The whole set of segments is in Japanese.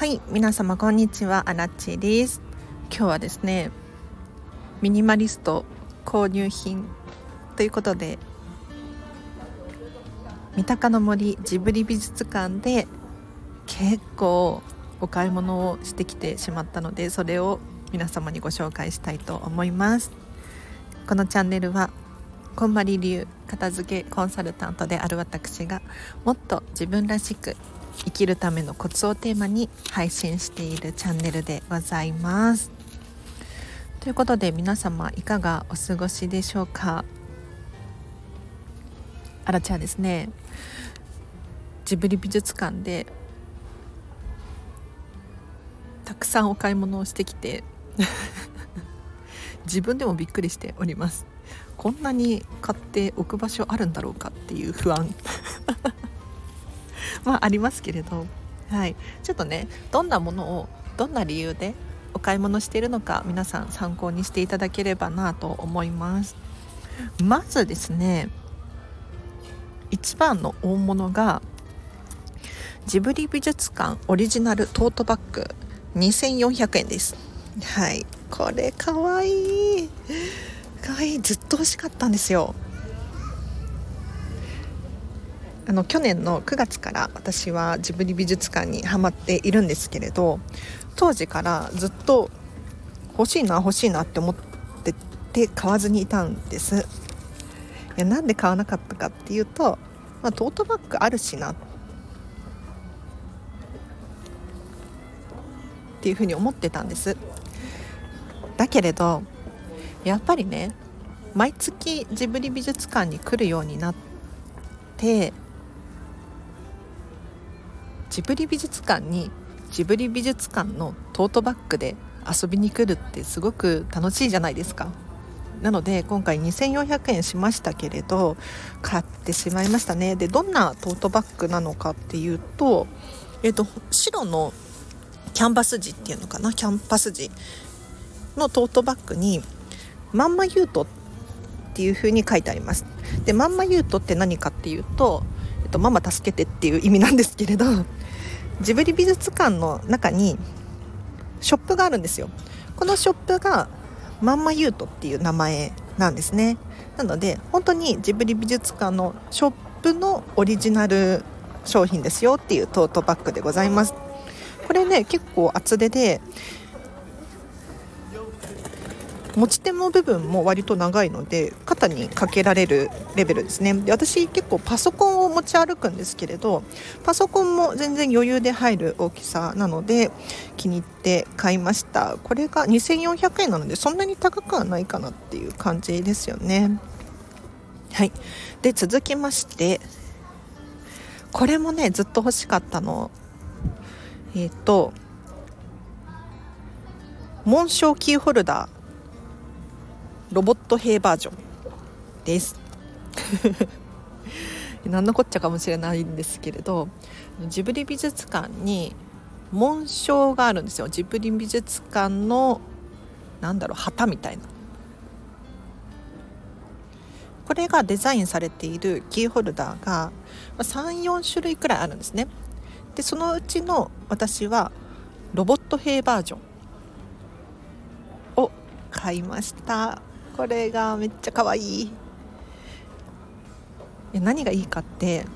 はい、皆様こんにちは、あらちです。今日はですね、ミニマリスト購入品ということで、三鷹の森ジブリ美術館で結構お買い物をしてきてしまったので、それを皆様にご紹介したいと思います。このチャンネルはこんまり流片付けコンサルタントである私が、もっと自分らしく生きるためのコツをテーマに配信しているチャンネルでございます。ということで、皆様いかがお過ごしでしょうか。あらちゃんですね、ジブリ美術館でたくさんお買い物をしてきて自分でもびっくりしております。こんなに買って置く場所あるんだろうかっていう不安ありますけれど、はい、ちょっとね、どんなものをどんな理由でお買い物しているのか、皆さん参考にしていただければなと思います。まずですね、一番の大物がジブリ美術館オリジナルトートバッグ2400円です。はい、これかわいいずっと欲しかったんですよ。去年の9月から私はジブリ美術館にハマっているんですけれど、当時からずっと欲しいなって思ってて買わずにいたんです。いや、なんで買わなかったかっていうと、トートバッグあるしなっていうふうに思ってたんです。だけれどやっぱりね、毎月ジブリ美術館に来るようになって、ジブリ美術館にジブリ美術館のトートバッグで遊びに来るってすごく楽しいじゃないですか。なので今回2400円しましたけれど、買ってしまいましたね。で、どんなトートバッグなのかっていうと、白のキャンバス地っていうのかな、キャンパス地のトートバッグにまんまユートっていう風に書いてあります。で、まんまユートって何かっていうと、ママ助けてっていう意味なんですけれど、ジブリ美術館の中にショップがあるんですよ。このショップがまんまユートっていう名前なんですね。なので本当にジブリ美術館のショップのオリジナル商品ですよっていうトートバッグでございます。これね、結構厚手で、持ち手の部分も割と長いので肩にかけられるレベルですね。で、私結構パソコンを持ち歩くんですけれど、パソコンも全然余裕で入る大きさなので気に入って買いました。これが2400円なのでそんなに高くはないかなっていう感じですよね。はい。で、続きまして、これもねずっと欲しかったの、紋章キーホルダーロボット兵バージョンです何のこっちゃかもしれないんですけれど、ジブリ美術館に紋章があるんですよ。ジブリ美術館の旗みたいな、これがデザインされているキーホルダーが 3,4 種類くらいあるんですね。で、そのうちの私はロボット兵バージョンを買いました。これがめっちゃ可愛い。何がいいかって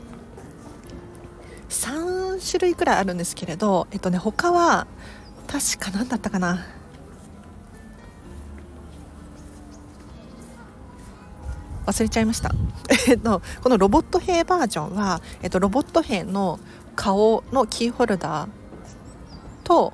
、3種類くらいあるんですけれど、他は確か何だったかな、忘れちゃいましたこのロボット兵バージョンは、ロボット兵の顔のキーホルダーと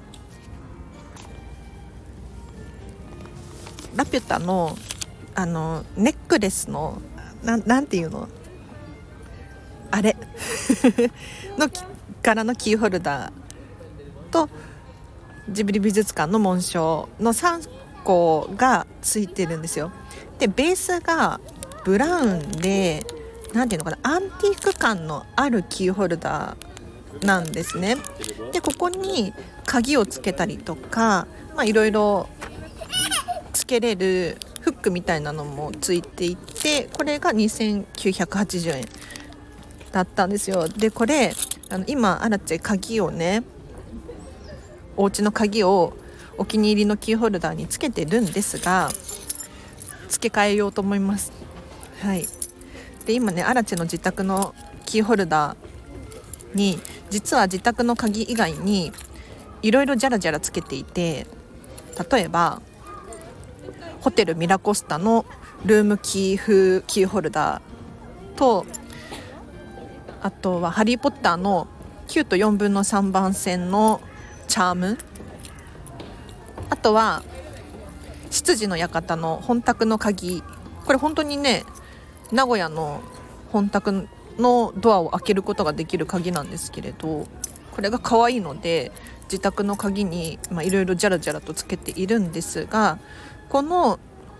ラピュタのネックレスのなんていうのあれの柄のキーホルダーとジブリ美術館の紋章の3個がついてるんですよ。で、ベースがブラウンで、なんていうのかな、アンティーク感のあるキーホルダーなんですね。で、ここに鍵をつけたりとか、いろいろつけれるフックみたいなのもついていて、これが2980円だったんですよ。で、これ今アラチェ鍵をねお家の鍵をお気に入りのキーホルダーにつけてるんですが、付け替えようと思います。はい。で今ね、アラチェの自宅のキーホルダーに実は自宅の鍵以外にいろいろジャラジャラつけていて、例えばホテルミラコスタのルームキー風キーホルダーと、あとはハリーポッターの9と4分の3番線のチャーム、あとは執事の館の本宅の鍵、これ本当にね、名古屋の本宅のドアを開けることができる鍵なんですけれど、これが可愛いので自宅の鍵にいろいろジャラジャラとつけているんですが、この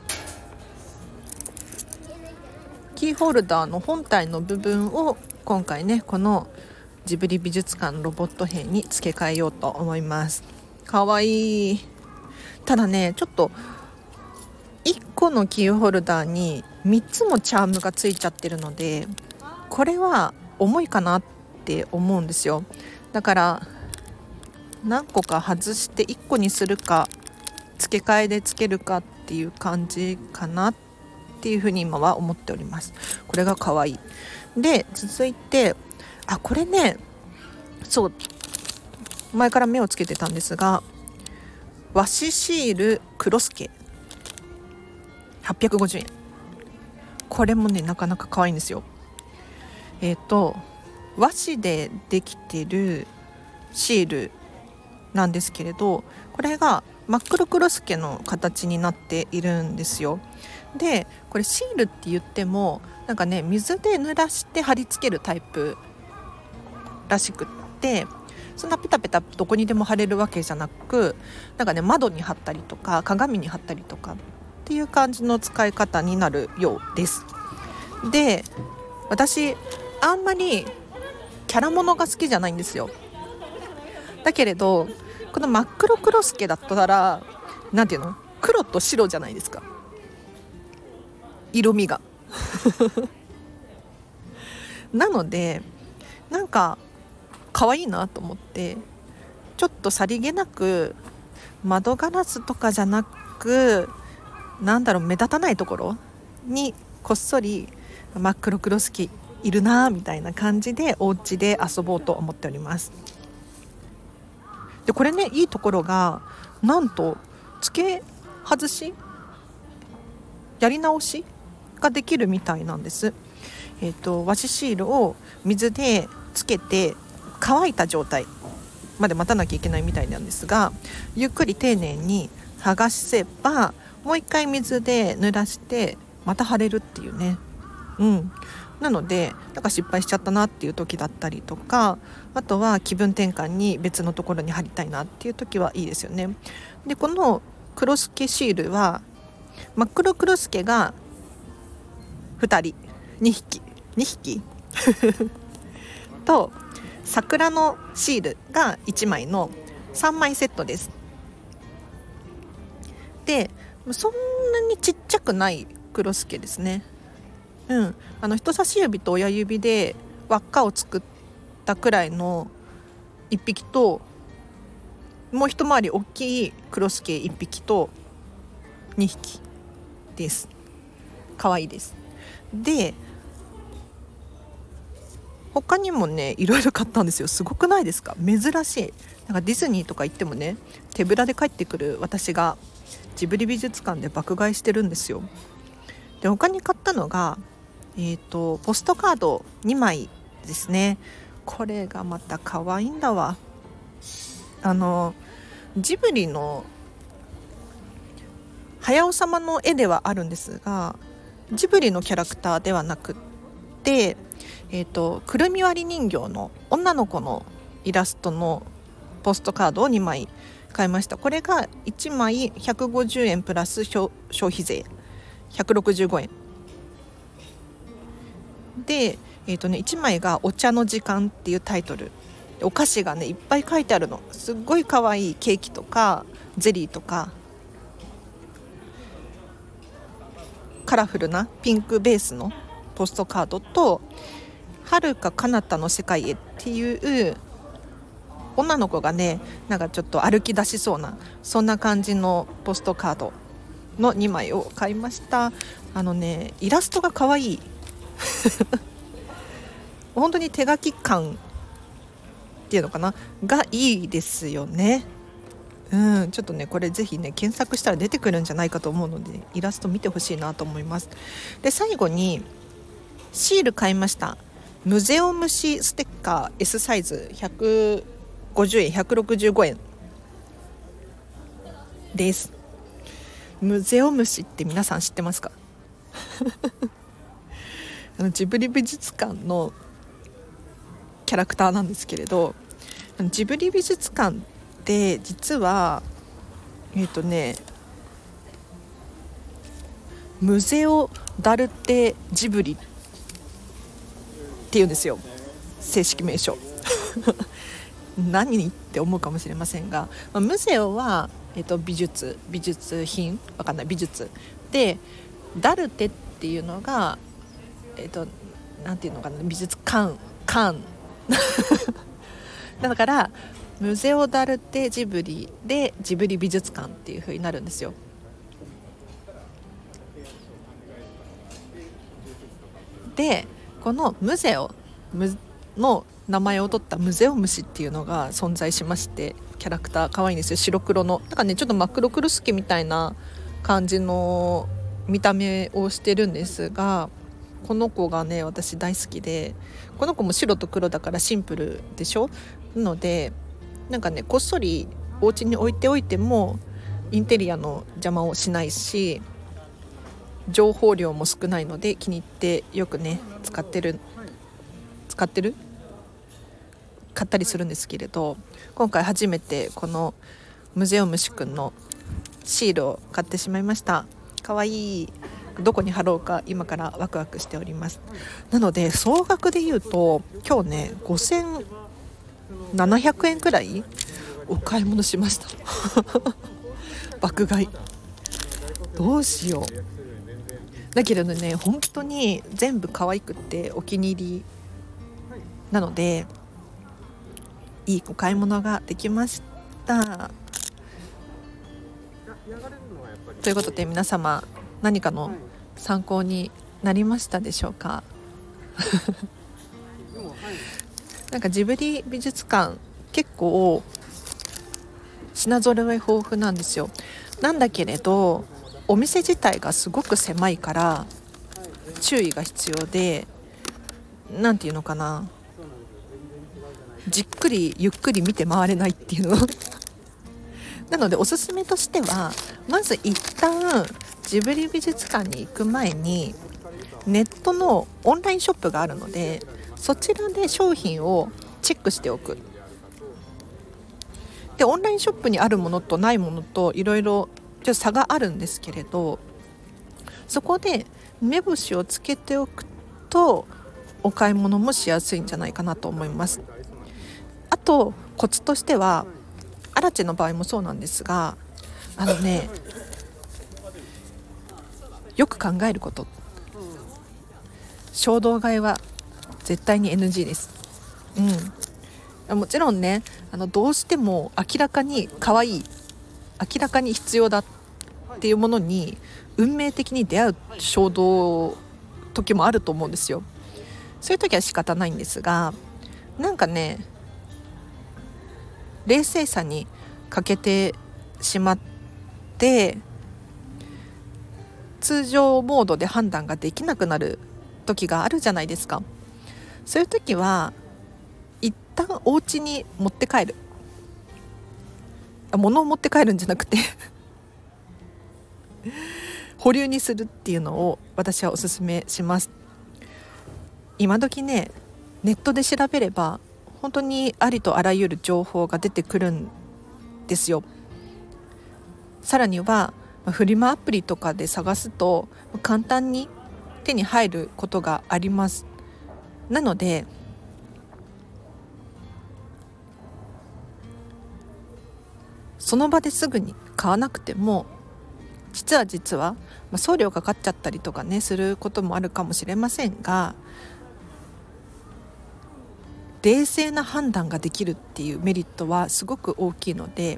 キーホルダーの本体の部分を今回ね、このジブリ美術館ロボット兵に付け替えようと思います。かわいい。ただね、ちょっと1個のキーホルダーに3つもチャームがついちゃってるので、これは重いかなって思うんですよ。だから何個か外して1個にするか付け替えでつけるかっていう感じかなっていうふうに今は思っております。これが可愛い。で続いて、これね、そう前から目をつけてたんですが、和紙シールクロスケ850円。これもねなかなか可愛いんですよ。和紙でできてるシールなんですけれど、これが真っ黒クロスケの形になっているんですよ。でこれシールって言ってもなんかね、水で濡らして貼り付けるタイプらしくって、そんなペタペタどこにでも貼れるわけじゃなく、なんかね、窓に貼ったりとか鏡に貼ったりとかっていう感じの使い方になるようです。で私あんまりキャラものが好きじゃないんですよ。だけれどこの真っ黒クロスケだったら、なんていうの、黒と白じゃないですか、色味がなのでなんか可愛いなと思って、ちょっとさりげなく窓ガラスとかじゃなく、目立たないところにこっそり真っ黒クロスケいるなみたいな感じでお家で遊ぼうと思っております。でこれね、いいところがなんと付け外しやり直しができるみたいなんです。和紙シールを水でつけて乾いた状態まで待たなきゃいけないみたいなんですが、ゆっくり丁寧に剥がせばもう一回水で濡らしてまた貼れるっていうね。なのでなんか失敗しちゃったなっていう時だったりとか、あとは気分転換に別のところに貼りたいなっていう時はいいですよね。でこのクロスケシールは真っ黒クロスケが2匹と桜のシールが1枚の3枚セットです。でそんなにちっちゃくないクロスケですね。人差し指と親指で輪っかを作ったくらいの1匹と、もう一回り大きいクロスケ1匹と2匹です。可愛いです。で他にもねいろいろ買ったんですよ。すごくないですか？珍しい。なんかディズニーとか行ってもね、手ぶらで帰ってくる私がジブリ美術館で爆買いしてるんですよ。で他に買ったのがポストカード2枚ですね。これがまた可愛いんだわ。ジブリの早尾様の絵ではあるんですが、ジブリのキャラクターではなくって、くるみ割り人形の女の子のイラストのポストカードを2枚買いました。これが1枚150円プラス消費税165円で、1枚がお茶の時間っていうタイトル、お菓子がねいっぱい書いてあるの。すっごい可愛いケーキとかゼリーとかカラフルなピンクベースのポストカードと、遥か彼方の世界へっていう女の子がねなんかちょっと歩き出しそうなそんな感じのポストカードの2枚を買いました。イラストが可愛い本当に手書き感っていうのかながいいですよね。ちょっとねこれぜひね検索したら出てくるんじゃないかと思うのでイラスト見てほしいなと思います。で最後にシール買いました。ムゼオムシステッカー S サイズ150円165円です。ムゼオムシって皆さん知ってますかジブリ美術館のキャラクターなんですけれど、ジブリ美術館って実はムゼオ・ダルテ・ジブリっていうんですよ、正式名称何って思うかもしれませんが、ムゼオは、美術品わかんない美術で、ダルテっていうのがなんていうのかな美術館だからムゼオ・ダルテ・ジブリでジブリ美術館っていう風になるんですよ。でこのムゼオの名前を取ったムゼオムシっていうのが存在しまして、キャラクター可愛いんですよ。白黒のなんかねちょっと真っ黒クロスケみたいな感じの見た目をしてるんですが、この子がね私大好きで、この子も白と黒だからシンプルでしょ。なのでなんかねこっそりお家に置いておいてもインテリアの邪魔をしないし、情報量も少ないので気に入ってよくね使ってる買ったりするんですけれど、今回初めてこのムゼオムシくんのシールを買ってしまいました。かわいい。どこに貼ろうか今からワクワクしております。なので総額で言うと今日ね5700円くらいお買い物しました爆買い。どうしよう。だけれどね本当に全部可愛くってお気に入りなのでいいお買い物ができました。ということで皆様何かの参考になりましたでしょうかなんかジブリ美術館結構品揃え豊富なんですよ。なんだけれどお店自体がすごく狭いから注意が必要で、なんていうのかな、じっくりゆっくり見て回れないっていうのなのでおすすめとしてはまず一旦ジブリ美術館に行く前にネットのオンラインショップがあるのでそちらで商品をチェックしておく。でオンラインショップにあるものとないものといろいろ差があるんですけれど、そこで目星をつけておくとお買い物もしやすいんじゃないかなと思います。あとコツとしてはアラチェの場合もそうなんですが、よく考えること、衝動買いは絶対に NG です。もちろんねどうしても明らかに可愛い明らかに必要だっていうものに運命的に出会う衝動時もあると思うんですよ。そういう時は仕方ないんですが、なんかね冷静さに欠けてしまって通常モードで判断ができなくなる時があるじゃないですか。そういう時は一旦お家に持って帰る、物を持って帰るんじゃなくて保留にするっていうのを私はおすすめします。今時ねネットで調べれば本当にありとあらゆる情報が出てくるんですよ。さらにはフリマアプリとかで探すと簡単に手に入ることがあります。なのでその場ですぐに買わなくても実は、送料かかっちゃったりとかねすることもあるかもしれませんが、 冷静な判断ができるっていうメリットはすごく大きいので、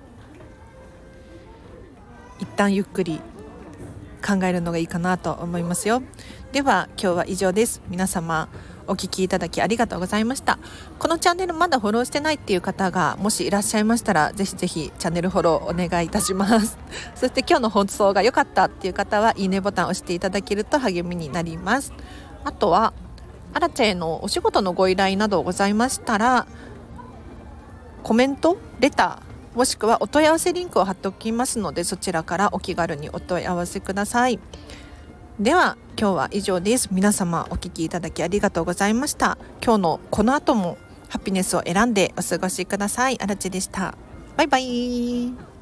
一旦ゆっくり考えるのがいいかなと思いますよ。では今日は以上です。皆様お聞きいただきありがとうございました。このチャンネルまだフォローしてないっていう方がもしいらっしゃいましたら、ぜひぜひチャンネルフォローお願いいたしますそして今日の放送が良かったっていう方はいいねボタンを押していただけると励みになります。あとはアラチェのお仕事のご依頼などございましたら、コメント、レターもしくはお問い合わせリンクを貼っておきますので、そちらからお気軽にお問い合わせください。では今日は以上です。皆様お聞きいただきありがとうございました。今日のこの後もハピネスを選んでお過ごしください。あらちでした。バイバイ。